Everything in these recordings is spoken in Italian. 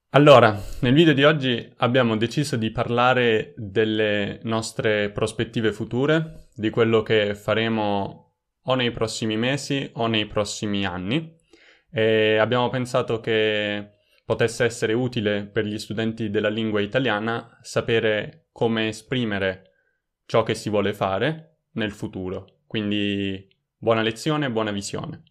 Allora, nel video di oggi abbiamo deciso di parlare delle nostre prospettive future, di quello che faremo o nei prossimi mesi o nei prossimi anni e abbiamo pensato che potesse essere utile per gli studenti della lingua italiana sapere come esprimere ciò che si vuole fare nel futuro. Quindi buona lezione, buona visione.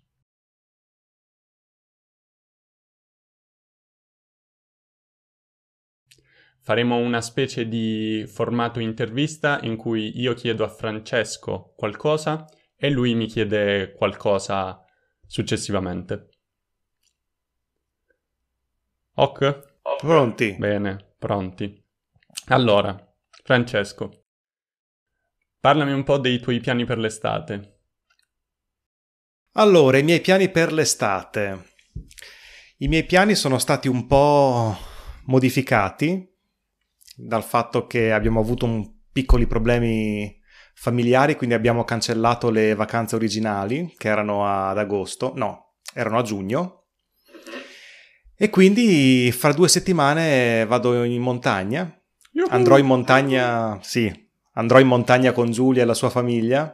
Faremo una specie di formato intervista in cui io chiedo a Francesco qualcosa e lui mi chiede qualcosa successivamente. Ok? Pronti? Bene, pronti. Allora, Francesco, parlami un po' dei tuoi piani per l'estate. Allora, i miei piani per l'estate. I miei piani sono stati un po' modificati dal fatto che abbiamo avuto piccoli problemi familiari, quindi abbiamo cancellato le vacanze originali, che erano ad agosto, no, erano a giugno. E quindi fra 2 settimane vado in montagna. Andrò in montagna, sì, andrò in montagna con Giulia e la sua famiglia.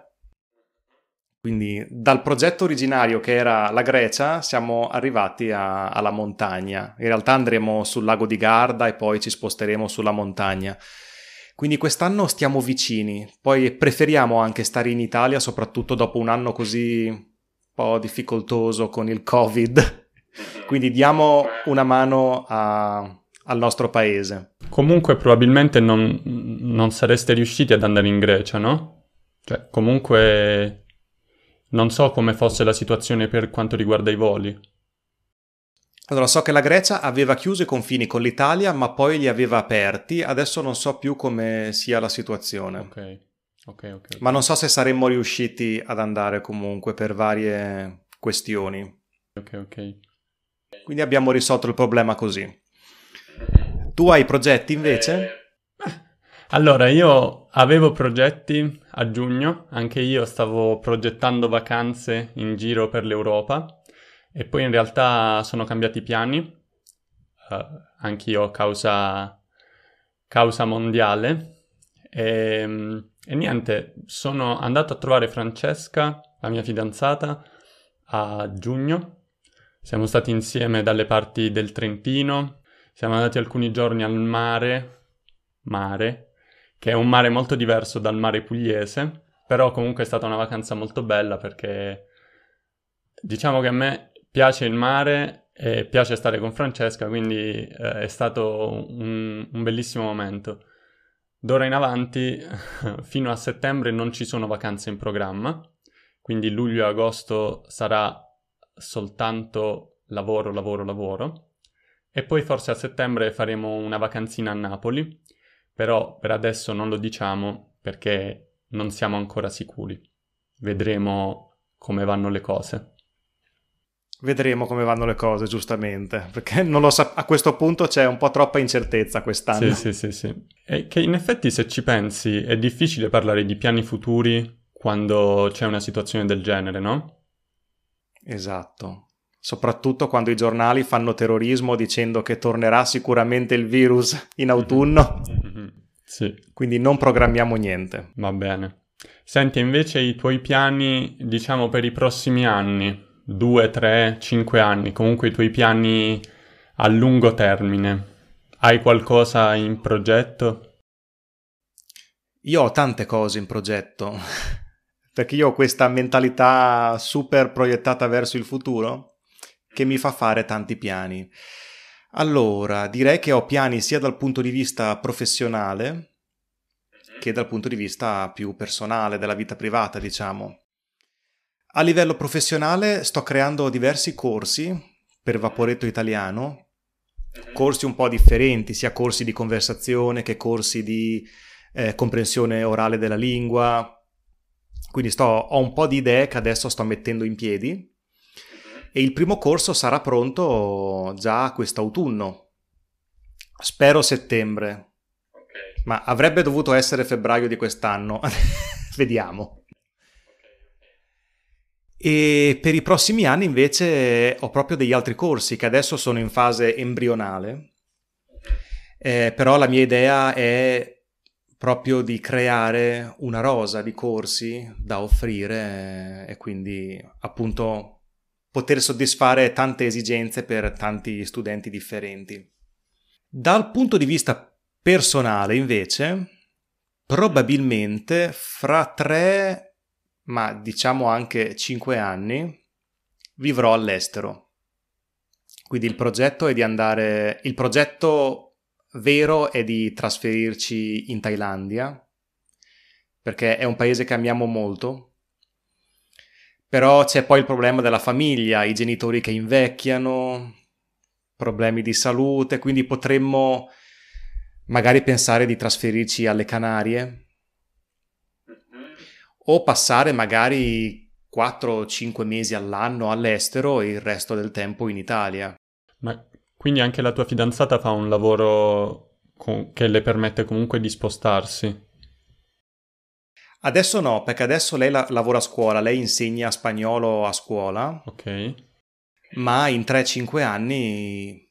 Quindi dal progetto originario che era la Grecia siamo arrivati alla montagna. In realtà andremo sul lago di Garda e poi ci sposteremo sulla montagna. Quindi quest'anno stiamo vicini. Poi preferiamo anche stare in Italia, soprattutto dopo un anno così un po' difficoltoso con il Covid. Quindi diamo una mano al nostro paese. Comunque probabilmente non sareste riusciti ad andare in Grecia, no? Cioè, comunque non so come fosse la situazione per quanto riguarda i voli. Allora, so che la Grecia aveva chiuso i confini con l'Italia, ma poi li aveva aperti. Adesso non so più come sia la situazione. Ok. Ma non so se saremmo riusciti ad andare comunque per varie questioni. Ok. Quindi abbiamo risolto il problema così. Tu hai progetti invece? Allora, io avevo progetti a giugno, anche io stavo progettando vacanze in giro per l'Europa e poi in realtà sono cambiati i piani, anch'io causa mondiale e niente, sono andato a trovare Francesca, la mia fidanzata, a giugno. Siamo stati insieme dalle parti del Trentino, siamo andati alcuni giorni al mare, che è un mare molto diverso dal mare pugliese, però comunque è stata una vacanza molto bella perché diciamo che a me piace il mare e piace stare con Francesca, quindi è stato un bellissimo momento. D'ora in avanti, fino a settembre, non ci sono vacanze in programma, quindi luglio e agosto sarà soltanto lavoro. E poi forse a settembre faremo una vacanzina a Napoli, però per adesso non lo diciamo perché non siamo ancora sicuri. Vedremo come vanno le cose. Vedremo come vanno le cose, giustamente, perché non lo a questo punto c'è un po' troppa incertezza quest'anno. Sì. E che in effetti se ci pensi è difficile parlare di piani futuri quando c'è una situazione del genere, no? Esatto. Soprattutto quando i giornali fanno terrorismo dicendo che tornerà sicuramente il virus in autunno. Sì. Quindi non programmiamo niente. Va bene. Senti, invece i tuoi piani, diciamo, per i prossimi anni, 2, 3, 5 anni, comunque i tuoi piani a lungo termine, hai qualcosa in progetto? Io ho tante cose in progetto, perché io ho questa mentalità super proiettata verso il futuro che mi fa fare tanti piani. Allora, direi che ho piani sia dal punto di vista professionale che dal punto di vista più personale, della vita privata, diciamo. A livello professionale sto creando diversi corsi per Vaporetto Italiano, corsi un po' differenti, sia corsi di conversazione che corsi di comprensione orale della lingua. Quindi ho un po' di idee che adesso sto mettendo in piedi e il primo corso sarà pronto già quest'autunno. Spero settembre, ma avrebbe dovuto essere febbraio di quest'anno. Vediamo. E per i prossimi anni invece ho proprio degli altri corsi che adesso sono in fase embrionale, Però la mia idea è proprio di creare una rosa di corsi da offrire e quindi appunto poter soddisfare tante esigenze per tanti studenti differenti. Dal punto di vista personale, invece, probabilmente fra 3, ma diciamo anche 5 anni, vivrò all'estero. Quindi il progetto è di andare... Il progetto vero è di trasferirci in Thailandia, perché è un paese che amiamo molto, però c'è poi il problema della famiglia, i genitori che invecchiano, problemi di salute, quindi potremmo magari pensare di trasferirci alle Canarie o passare magari 4-5 mesi all'anno all'estero e il resto del tempo in Italia. Ma quindi anche la tua fidanzata fa un lavoro che le permette comunque di spostarsi? Adesso no, perché adesso lei lavora a scuola, lei insegna spagnolo a scuola, Ok. ma in 3-5 anni,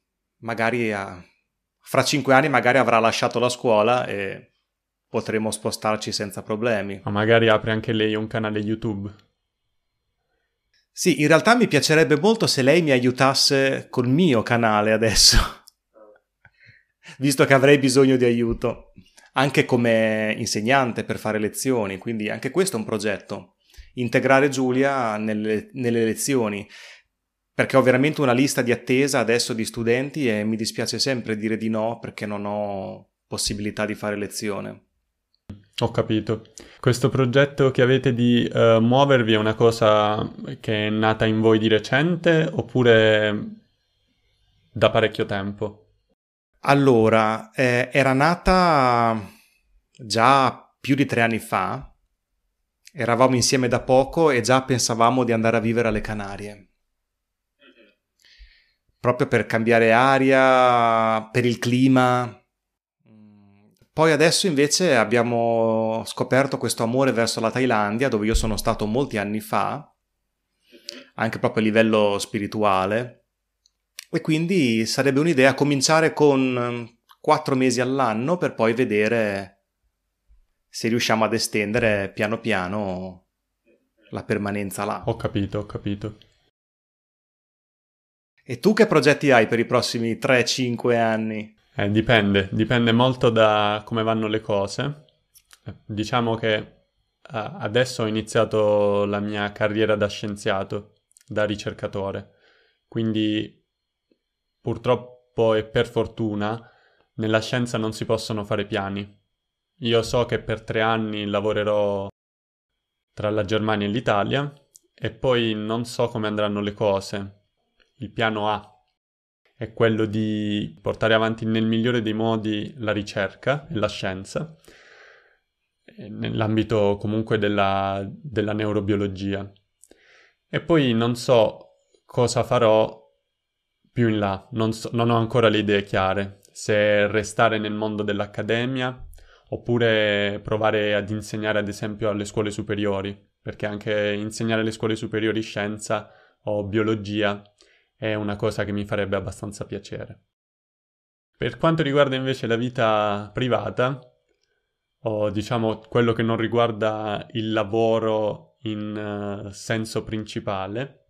fra 5 anni magari avrà lasciato la scuola e potremo spostarci senza problemi. Ma magari apre anche lei un canale YouTube. Sì, in realtà mi piacerebbe molto se lei mi aiutasse col mio canale adesso, visto che avrei bisogno di aiuto, anche come insegnante per fare lezioni, quindi anche questo è un progetto, integrare Giulia nelle lezioni, perché ho veramente una lista di attesa adesso di studenti e mi dispiace sempre dire di no perché non ho possibilità di fare lezione. Ho capito. Questo progetto che avete di muovervi è una cosa che è nata in voi di recente oppure da parecchio tempo? Allora, era nata già più di 3 anni fa, eravamo insieme da poco e già pensavamo di andare a vivere alle Canarie. Proprio per cambiare aria, per il clima. Poi adesso invece abbiamo scoperto questo amore verso la Thailandia, dove io sono stato molti anni fa, anche proprio a livello spirituale, e quindi sarebbe un'idea cominciare con 4 mesi all'anno per poi vedere se riusciamo ad estendere piano piano la permanenza là. Ho capito, ho capito. E tu che progetti hai per i prossimi 3-5 anni? Dipende molto da come vanno le cose. Diciamo che adesso ho iniziato la mia carriera da scienziato, da ricercatore, quindi purtroppo e per fortuna nella scienza non si possono fare piani. Io so che per 3 anni lavorerò tra la Germania e l'Italia e poi non so come andranno le cose. Il piano A è quello di portare avanti nel migliore dei modi la ricerca e la scienza, nell'ambito comunque della neurobiologia. E poi non so cosa farò più in là, non ho ancora le idee chiare, se restare nel mondo dell'accademia oppure provare ad insegnare ad esempio alle scuole superiori, perché anche insegnare alle scuole superiori scienza o biologia è una cosa che mi farebbe abbastanza piacere. Per quanto riguarda invece la vita privata, o diciamo quello che non riguarda il lavoro in senso principale,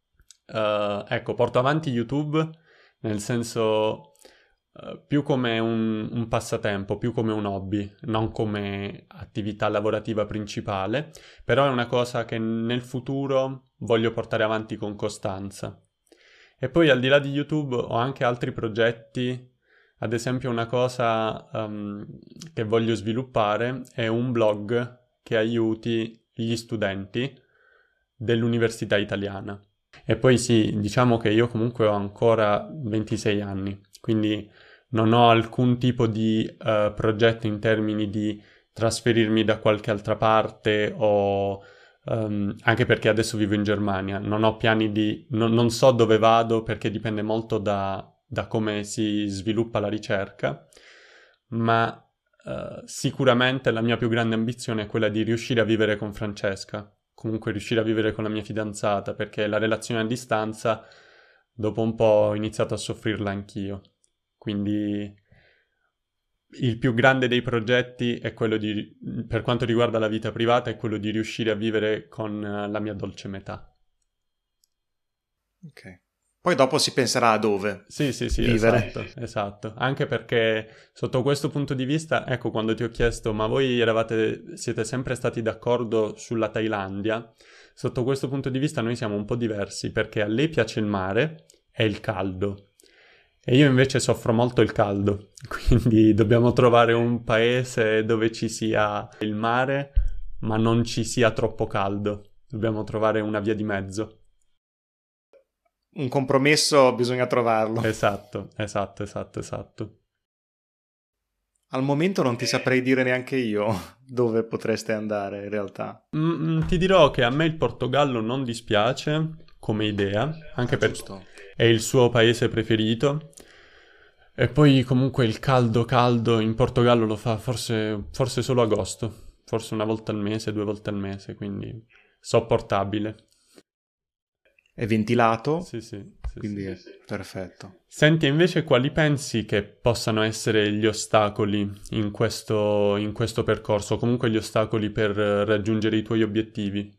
ecco, porto avanti YouTube nel senso più come un passatempo, più come un hobby, non come attività lavorativa principale, però è una cosa che nel futuro voglio portare avanti con costanza. E poi al di là di YouTube ho anche altri progetti, ad esempio una cosa che voglio sviluppare è un blog che aiuti gli studenti dell'università italiana. E poi sì, diciamo che io comunque ho ancora 26 anni, quindi non ho alcun tipo di progetto in termini di trasferirmi da qualche altra parte o anche perché adesso vivo in Germania, non ho piani di... non so dove vado perché dipende molto da come si sviluppa la ricerca, ma sicuramente la mia più grande ambizione è quella di riuscire a vivere con Francesca, comunque riuscire a vivere con la mia fidanzata, perché la relazione a distanza dopo un po' ho iniziato a soffrirla anch'io. Quindi il più grande dei progetti è quello per quanto riguarda la vita privata, è quello di riuscire a vivere con la mia dolce metà. Ok. Poi dopo si penserà a dove Sì, vivere. esatto. Anche perché sotto questo punto di vista, ecco, quando ti ho chiesto, ma voi siete sempre stati d'accordo sulla Thailandia? Sotto questo punto di vista noi siamo un po' diversi, perché a lei piace il mare e il caldo. E io invece soffro molto il caldo, quindi dobbiamo trovare un paese dove ci sia il mare, ma non ci sia troppo caldo. Dobbiamo trovare una via di mezzo. Un compromesso bisogna trovarlo. Esatto. Al momento non ti saprei dire neanche io dove potreste andare in realtà. Ti dirò che a me il Portogallo non dispiace come idea, anche perché Giusto. è il suo paese preferito. E poi comunque il caldo in Portogallo lo fa forse solo agosto, forse una volta al mese, 2 volte al mese, quindi sopportabile. È ventilato, quindi Sì. è perfetto. Senti, invece quali pensi che possano essere gli ostacoli in questo percorso, comunque gli ostacoli per raggiungere i tuoi obiettivi?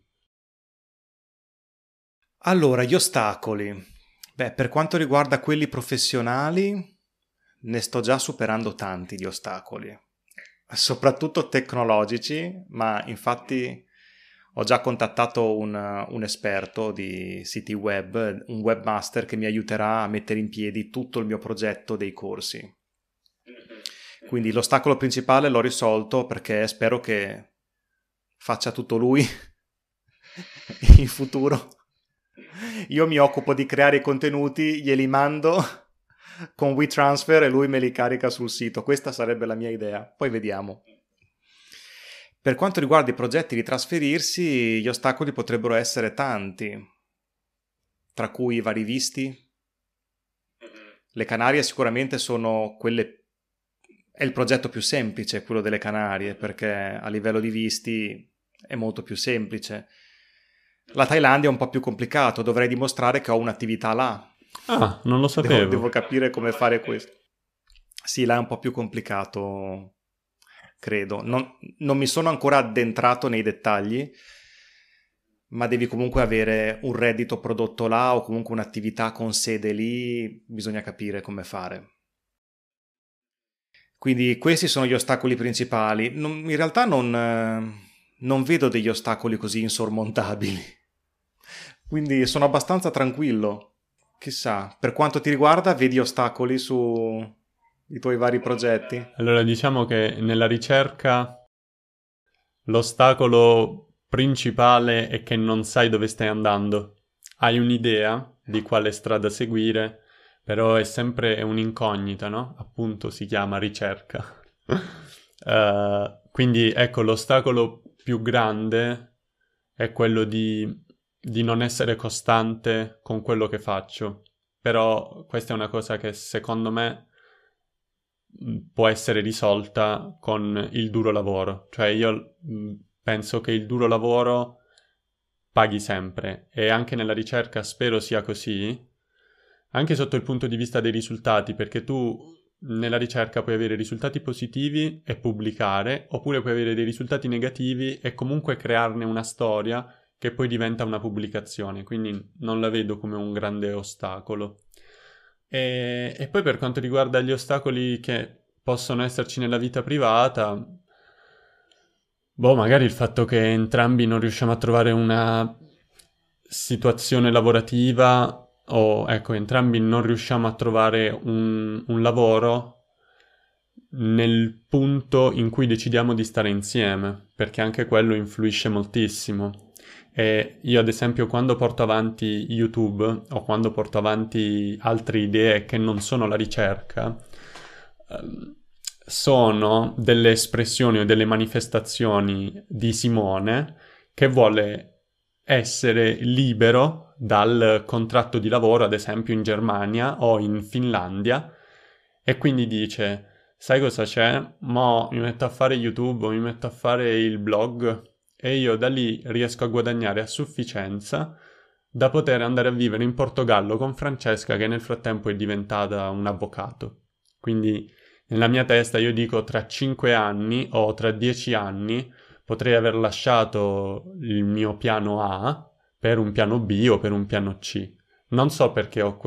Allora, gli ostacoli. Beh, per quanto riguarda quelli professionali, ne sto già superando tanti di ostacoli, soprattutto tecnologici, ma infatti ho già contattato un esperto di siti web, un webmaster che mi aiuterà a mettere in piedi tutto il mio progetto dei corsi. Quindi l'ostacolo principale l'ho risolto perché spero che faccia tutto lui in futuro. Io mi occupo di creare i contenuti, glieli mando con WeTransfer e lui me li carica sul sito. Questa sarebbe la mia idea. Poi vediamo. Per quanto riguarda i progetti di trasferirsi, gli ostacoli potrebbero essere tanti, tra cui i vari visti. Le Canarie sicuramente sono quelle... È il progetto più semplice, quello delle Canarie, perché a livello di visti è molto più semplice. La Thailandia è un po' più complicato, dovrei dimostrare che ho un'attività là. Ah, non lo sapevo. Devo capire come fare questo. Sì, là è un po' più complicato, credo. Non mi sono ancora addentrato nei dettagli, ma devi comunque avere un reddito prodotto là o comunque un'attività con sede lì, bisogna capire come fare. Quindi questi sono gli ostacoli principali. In realtà non vedo degli ostacoli così insormontabili. Quindi sono abbastanza tranquillo. Chissà, per quanto ti riguarda, vedi ostacoli sui tuoi vari progetti? Allora, diciamo che nella ricerca l'ostacolo principale è che non sai dove stai andando. Hai un'idea di quale strada seguire, però è sempre un'incognita, no? Appunto si chiama ricerca. Quindi ecco, l'ostacolo più grande è quello di non essere costante con quello che faccio. Però questa è una cosa che secondo me può essere risolta con il duro lavoro. Cioè io penso che il duro lavoro paghi sempre e anche nella ricerca spero sia così, anche sotto il punto di vista dei risultati, perché tu nella ricerca puoi avere risultati positivi e pubblicare, oppure puoi avere dei risultati negativi e comunque crearne una storia che poi diventa una pubblicazione, quindi non la vedo come un grande ostacolo. E poi per quanto riguarda gli ostacoli che possono esserci nella vita privata, magari il fatto che entrambi non riusciamo a trovare una situazione lavorativa o ecco, entrambi non riusciamo a trovare un lavoro nel punto in cui decidiamo di stare insieme, perché anche quello influisce moltissimo. E io ad esempio quando porto avanti YouTube o quando porto avanti altre idee che non sono la ricerca, sono delle espressioni o delle manifestazioni di Simone che vuole essere libero dal contratto di lavoro, ad esempio in Germania o in Finlandia, e quindi dice: sai cosa c'è? Mo' mi metto a fare YouTube o mi metto a fare il blog e io da lì riesco a guadagnare a sufficienza da poter andare a vivere in Portogallo con Francesca che nel frattempo è diventata un avvocato. Quindi Nella mia testa io dico tra 5 anni o tra 10 anni potrei aver lasciato il mio piano A per un piano B o per un piano C. Non so perché ho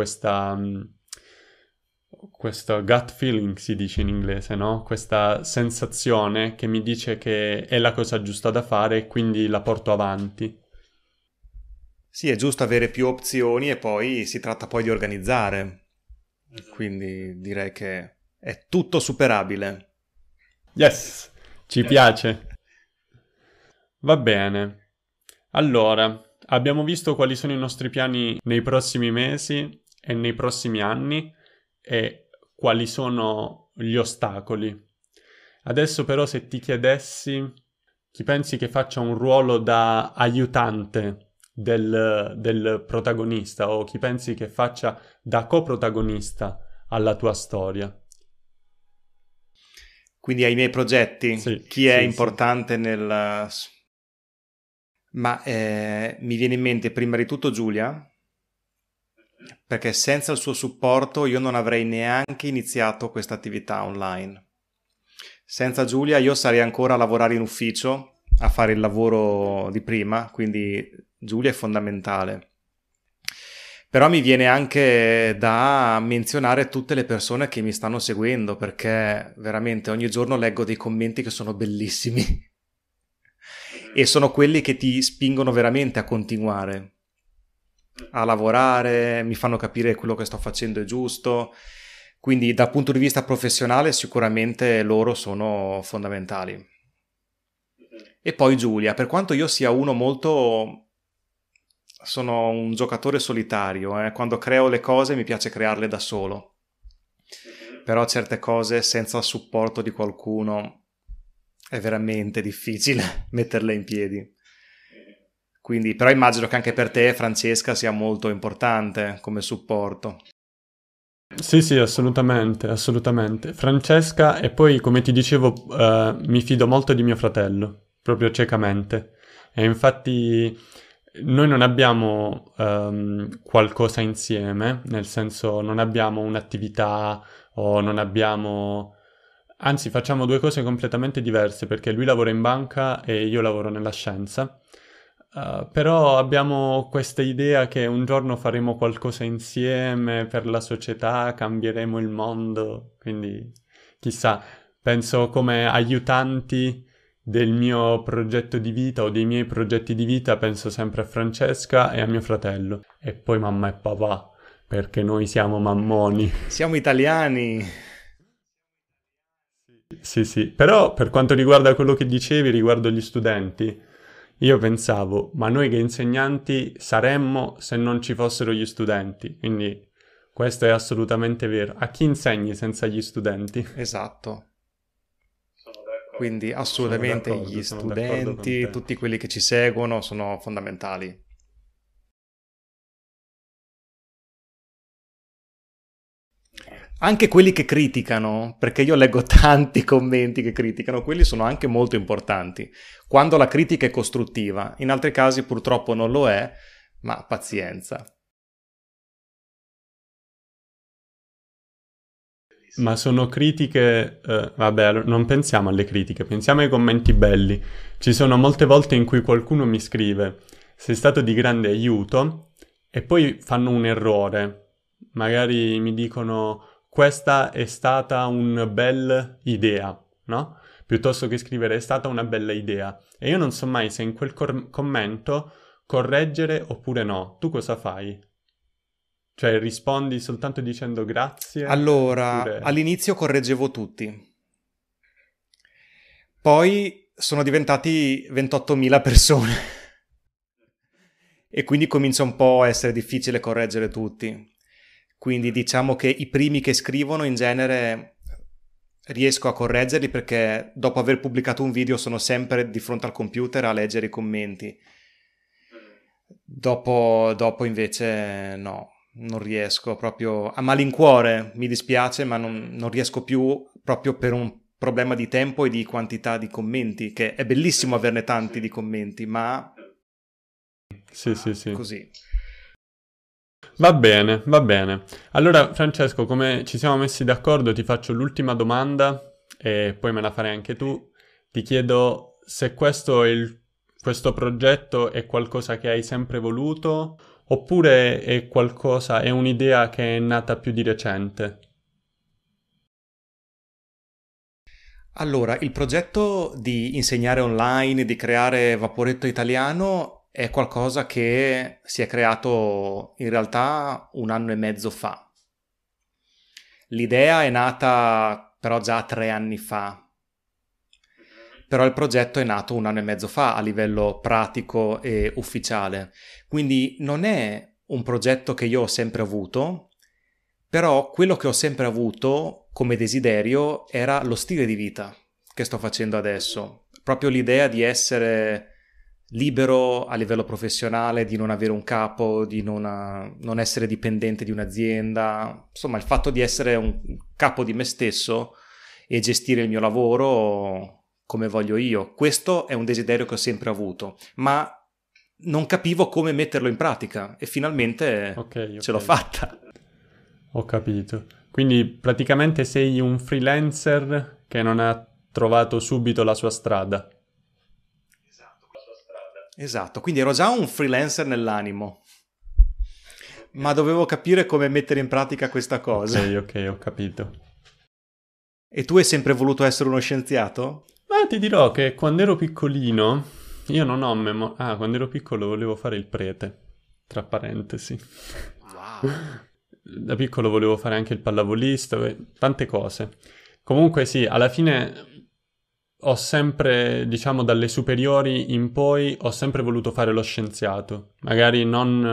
questo gut feeling, si dice in inglese, no? Questa sensazione che mi dice che è la cosa giusta da fare e quindi la porto avanti. Sì, è giusto avere più opzioni e poi si tratta poi di organizzare. Quindi direi che è tutto superabile. Yes, ci piace. Va bene. Allora, abbiamo visto quali sono i nostri piani nei prossimi mesi e nei prossimi anni e quali sono gli ostacoli. Adesso però se ti chiedessi chi pensi che faccia un ruolo da aiutante del protagonista o chi pensi che faccia da coprotagonista alla tua storia. Quindi ai miei progetti, Sì, chi è sì, importante nel... Ma mi viene in mente prima di tutto Giulia, perché senza il suo supporto io non avrei neanche iniziato questa attività online. Senza Giulia io sarei ancora a lavorare in ufficio, a fare il lavoro di prima, quindi Giulia è fondamentale. Però mi viene anche da menzionare tutte le persone che mi stanno seguendo, perché veramente ogni giorno leggo dei commenti che sono bellissimi e sono quelli che ti spingono veramente a continuare a lavorare, mi fanno capire che quello che sto facendo è giusto. Quindi dal punto di vista professionale sicuramente loro sono fondamentali. E poi Giulia, per quanto io sia uno molto... sono un giocatore solitario, quando creo le cose mi piace crearle da solo. Però certe cose senza il supporto di qualcuno è veramente difficile metterle in piedi. Quindi, però immagino che anche per te, Francesca, sia molto importante come supporto. sì, sì, assolutamente, assolutamente. Francesca, e poi, come ti dicevo, mi fido molto di mio fratello, proprio ciecamente. E infatti noi non abbiamo qualcosa insieme, nel senso non abbiamo un'attività o non abbiamo... Anzi, facciamo due cose completamente diverse perché lui lavora in banca e io lavoro nella scienza. Però abbiamo questa idea che un giorno faremo qualcosa insieme per la società, cambieremo il mondo, quindi chissà, penso come aiutanti del mio progetto di vita o dei miei progetti di vita, penso sempre a Francesca e a mio fratello, e poi mamma e papà, perché noi siamo mammoni. Siamo italiani. Sì, sì, però per quanto riguarda quello che dicevi riguardo gli studenti, io pensavo, ma noi che insegnanti saremmo se non ci fossero gli studenti, quindi questo è assolutamente vero. A chi insegni senza gli studenti? Esatto. Quindi Sono assolutamente d'accordo, gli sono d'accordo con studenti, te. tutti quelli che ci seguono sono fondamentali. Anche quelli che criticano, perché io leggo tanti commenti che criticano, quelli sono anche molto importanti. Quando la critica è costruttiva, in altri casi purtroppo non lo è, ma pazienza. Ma sono critiche, vabbè, non pensiamo alle critiche, pensiamo ai commenti belli. Ci sono molte volte in cui qualcuno mi scrive, sei stato di grande aiuto, e poi fanno un errore. Magari mi dicono, questa è stata una bella idea, no? Piuttosto che scrivere, è stata una bella idea. E io non so mai se in quel commento correggere oppure no. Tu cosa fai? Cioè rispondi soltanto dicendo grazie Allora, oppure... all'inizio correggevo tutti, poi sono diventati 28.000 persone e quindi comincia un po' a essere difficile correggere tutti. Quindi diciamo che i primi che scrivono in genere riesco a correggerli perché dopo aver pubblicato un video sono sempre di fronte al computer a leggere i commenti. Dopo invece no, non riesco proprio a malincuore, mi dispiace, ma non riesco più proprio per un problema di tempo e di quantità di commenti, che è bellissimo averne tanti di commenti, ma Sì, sì, sì. così. Va bene, va bene. Allora, Francesco, come ci siamo messi d'accordo, ti faccio l'ultima domanda e poi me la farai anche tu. Ti chiedo se questo progetto è qualcosa che hai sempre voluto oppure è un'idea che è nata più di recente. Allora, il progetto di insegnare online, di creare Vaporetto Italiano è qualcosa che si è creato in realtà un anno e mezzo fa. L'idea è nata però già 3 anni fa, però il progetto è nato un anno e mezzo fa a livello pratico e ufficiale. Quindi non è un progetto che io ho sempre avuto, però quello che ho sempre avuto come desiderio era lo stile di vita che sto facendo adesso. Proprio l'idea di essere libero a livello professionale, di non avere un capo, di non essere dipendente di un'azienda. Insomma, il fatto di essere un capo di me stesso e gestire il mio lavoro come voglio io. Questo è un desiderio che ho sempre avuto, ma non capivo come metterlo in pratica e finalmente Ok, ce ok, l'ho fatta. ho capito. Quindi praticamente sei un freelancer che non ha trovato subito la sua strada. Esatto, quindi ero già un freelancer nell'animo, ma dovevo capire come mettere in pratica questa Ok, cosa. ok, ho capito. E tu hai sempre voluto essere uno scienziato? Ma ti dirò che quando ero piccolino, io non ho quando ero piccolo volevo fare il prete, tra parentesi. Wow. Da piccolo volevo fare anche il pallavolista, tante cose. Comunque sì, alla fine ho sempre, diciamo, dalle superiori in poi, ho sempre voluto fare lo scienziato. Magari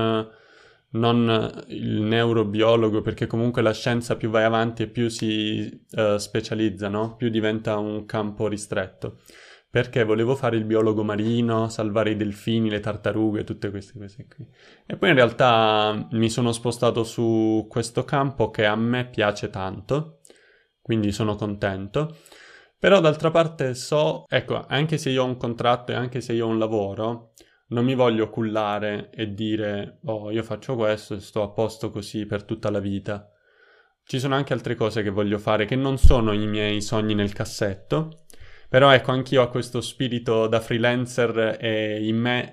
non il neurobiologo, perché comunque la scienza più vai avanti e più si specializza, no? Più diventa un campo ristretto. Perché volevo fare il biologo marino, salvare i delfini, le tartarughe, tutte queste cose qui. E poi in realtà mi sono spostato su questo campo che a me piace tanto, quindi sono contento. Però d'altra parte so, ecco, anche se io ho un contratto e anche se io ho un lavoro, non mi voglio cullare e dire, oh, io faccio questo e sto a posto così per tutta la vita. Ci sono anche altre cose che voglio fare che non sono i miei sogni nel cassetto, però ecco, anch'io ho questo spirito da freelancer e in me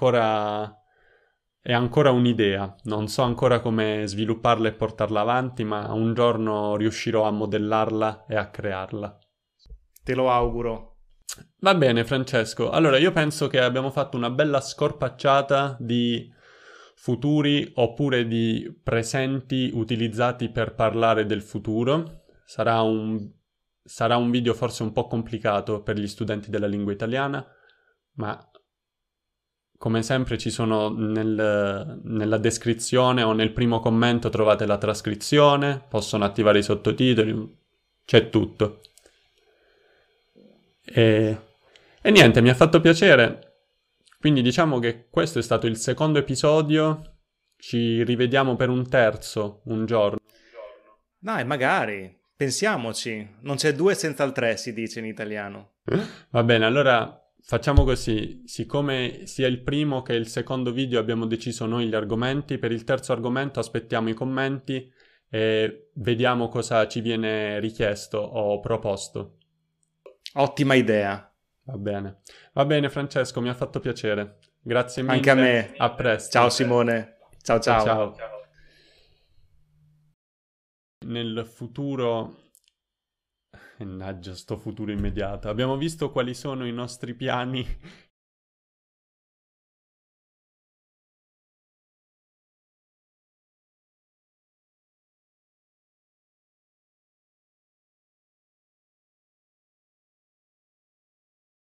è ancora un'idea. Non so ancora come svilupparla e portarla avanti, ma un giorno riuscirò a modellarla e a crearla. Te lo auguro. Va bene, Francesco. Allora, io penso che abbiamo fatto una bella scorpacciata di futuri oppure di presenti utilizzati per parlare del futuro. Sarà un video forse un po' complicato per gli studenti della lingua italiana, ma come sempre ci sono nella descrizione o nel primo commento trovate la trascrizione, possono attivare i sottotitoli, c'è tutto. E, e niente, mi ha fatto piacere. Quindi diciamo che questo è stato il secondo episodio. Ci rivediamo per un terzo un giorno. Dai, magari. Pensiamoci. Non c'è due senza il tre, si dice in italiano. Va bene, allora facciamo così. Siccome sia il primo che il secondo video abbiamo deciso noi gli argomenti, per il terzo argomento aspettiamo i commenti e vediamo cosa ci viene richiesto o proposto. Ottima idea. Va bene. Va bene, Francesco, mi ha fatto piacere. Grazie Anche a mille. me. A presto. Ciao Simone. Ciao Ciao ciao. ciao. Nel futuro, mannaggia, sto futuro immediato, abbiamo visto quali sono i nostri piani